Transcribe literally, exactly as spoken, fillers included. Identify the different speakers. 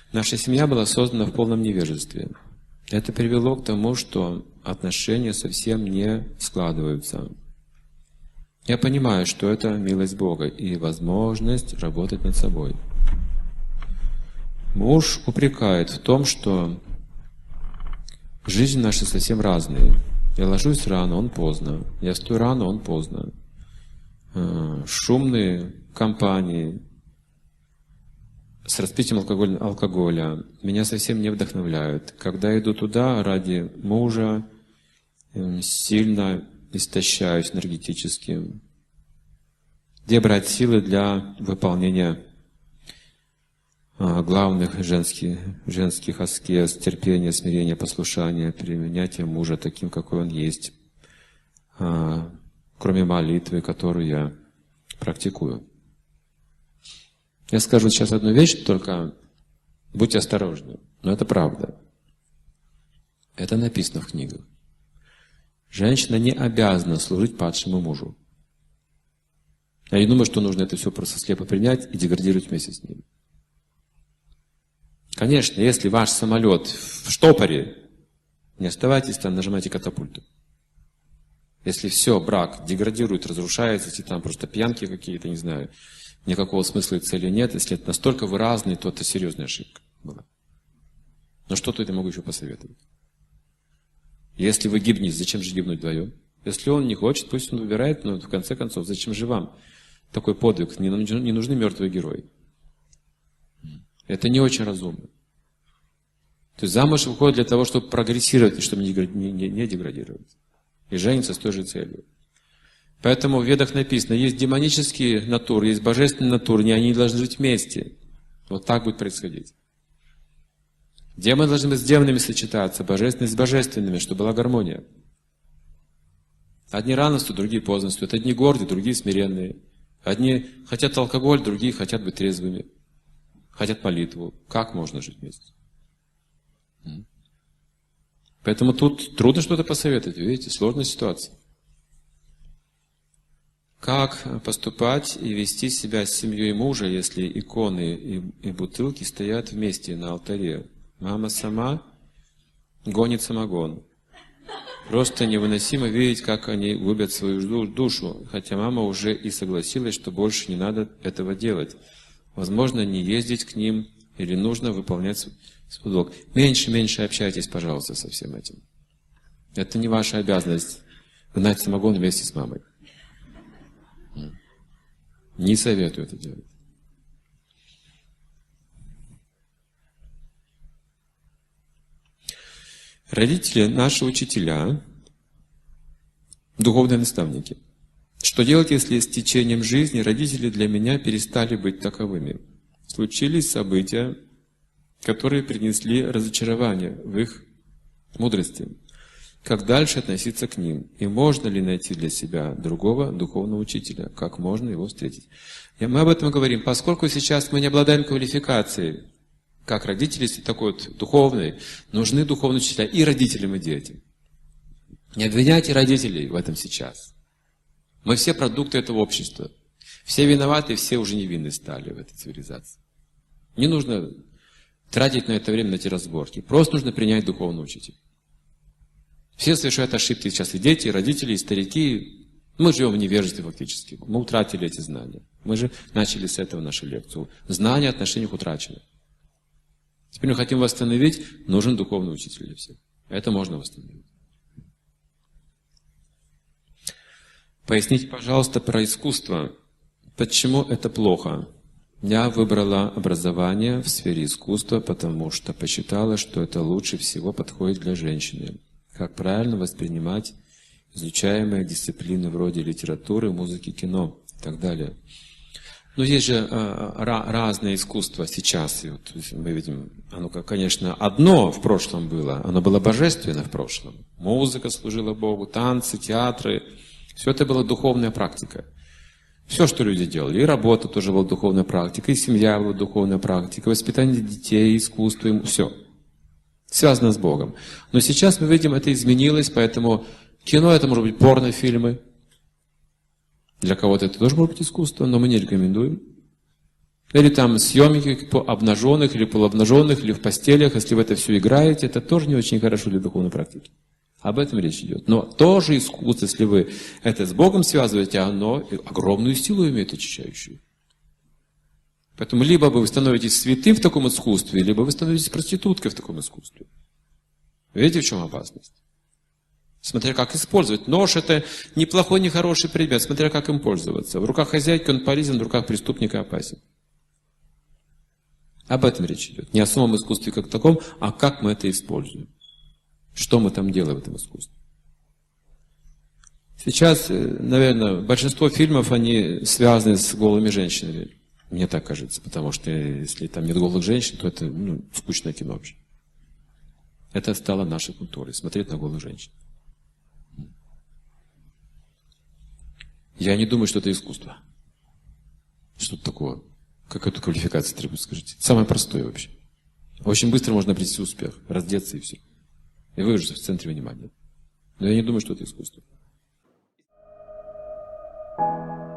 Speaker 1: Наша семья была создана в полном невежестве. Это привело к тому, что отношения совсем не складываются. Я понимаю, что это милость Бога и возможность работать над собой. Муж упрекает в том, что жизнь наша совсем разные. Я ложусь рано, он поздно. Я встаю рано, он поздно. Шумные компании с распитием алкоголя, алкоголя меня совсем не вдохновляют. Когда иду туда ради мужа, сильно истощаюсь энергетически. Где брать силы для выполнения главных женских, женских аскез, терпения, смирения, послушания, принятия мужа таким, какой он есть, кроме молитвы, которую я практикую. Я скажу сейчас одну вещь, только будьте осторожны, но это правда. Это написано в книгах. Женщина не обязана служить падшему мужу. Я не думаю, что нужно это все просто слепо принять и деградировать вместе с ним. Конечно, если ваш самолет в штопоре, не оставайтесь там, нажимайте катапульту. Если все, брак деградирует, разрушается, если там просто пьянки какие-то, не знаю, никакого смысла и цели нет, если это настолько вы разные, то это серьезная ошибка была. Но что-то я могу еще посоветовать. Если вы гибнете, зачем же гибнуть вдвоем? Если он не хочет, пусть он выбирает, но в конце концов, зачем же вам такой подвиг? Не нужны мертвые герои. Это не очень разумно. То есть замуж выходит для того, чтобы прогрессировать, и чтобы не, не, не деградировать. И жениться с той же целью. Поэтому в Ведах написано, есть демонические натуры, есть божественные натуры, и они должны жить вместе. Вот так будет происходить. Демоны должны быть с демонами сочетаться, божественные с божественными, чтобы была гармония. Одни рановствуют, другие поздновствуют. Одни гордые, другие смиренные. Одни хотят алкоголь, другие хотят быть трезвыми. Хотят молитву. Как можно жить вместе? Поэтому тут трудно что-то посоветовать, видите, сложная ситуация. Как поступать и вести себя с семьей мужа, если иконы и, и бутылки стоят вместе на алтаре? Мама сама гонит самогон. Просто невыносимо видеть, как они губят свою душу, хотя мама уже и согласилась, что больше не надо этого делать. Возможно, не ездить к ним или нужно выполнять свой долг. Меньше-меньше общайтесь, пожалуйста, со всем этим. Это не ваша обязанность гнать самогон вместе с мамой. Не советую это делать. Родители, наши учителя, духовные наставники. Что делать, если с течением жизни родители для меня перестали быть таковыми? Случились события, которые принесли разочарование в их мудрости. Как дальше относиться к ним? И можно ли найти для себя другого духовного учителя? Как можно его встретить? И мы об этом говорим, поскольку сейчас мы не обладаем квалификацией, как родители, такой вот духовный, нужны духовные учителя и родителям, и детям. Не обвиняйте родителей в этом сейчас. Мы все продукты этого общества. Все виноваты, все уже невинны стали в этой цивилизации. Не нужно тратить на это время на эти разборки. Просто нужно принять духовного учителя. Все совершают ошибки сейчас, и дети, и родители, и старики. Мы живем в невежестве фактически. Мы утратили эти знания. Мы же начали с этого нашу лекцию. Знания о отношениях утрачены. Теперь мы хотим восстановить, нужен духовный учитель для всех. Это можно восстановить. Поясните, пожалуйста, про искусство. Почему это плохо? Я выбрала образование в сфере искусства, потому что посчитала, что это лучше всего подходит для женщины. Как правильно воспринимать изучаемые дисциплины вроде литературы, музыки, кино и так далее. Но есть же э, разные искусства сейчас. И вот мы видим, оно, конечно, одно в прошлом было, оно было божественно в прошлом. Музыка служила Богу, танцы, театры. Все это была духовная практика. Все, что люди делали. И работа тоже была духовная практика, и семья была духовная практика, воспитание детей, искусство, и все. Связано с Богом. Но сейчас мы видим, это изменилось, поэтому кино это может быть порнофильмы. Для кого-то это тоже может быть искусство, но мы не рекомендуем. Или там съемки по обнаженных, или полуобнаженных, или в постелях. Если вы это все играете, это тоже не очень хорошо для духовной практики. Об этом речь идет. Но тоже искусство, если вы это с Богом связываете, оно огромную силу имеет очищающую. Поэтому либо вы становитесь святым в таком искусстве, либо вы становитесь проституткой в таком искусстве. Видите, в чем опасность? Смотря как использовать. Нож — это неплохой, не хороший предмет, смотря как им пользоваться. В руках хозяйки он полезен, в руках преступника опасен. Об этом речь идет. Не о самом искусстве как таком, а как мы это используем. Что мы там делаем в этом искусстве. Сейчас, наверное, большинство фильмов, они связаны с голыми женщинами. Мне так кажется, потому что если там нет голых женщин, то это ну, скучное кино вообще. Это стало нашей культурой, смотреть на голых женщин. Я не думаю, что это искусство. Что-то такое. Какая-то квалификация требует, скажите. Самое простое вообще. Очень быстро можно обрести успех, раздеться и все. И вы уже в центре внимания. Но я не думаю, что это искусство.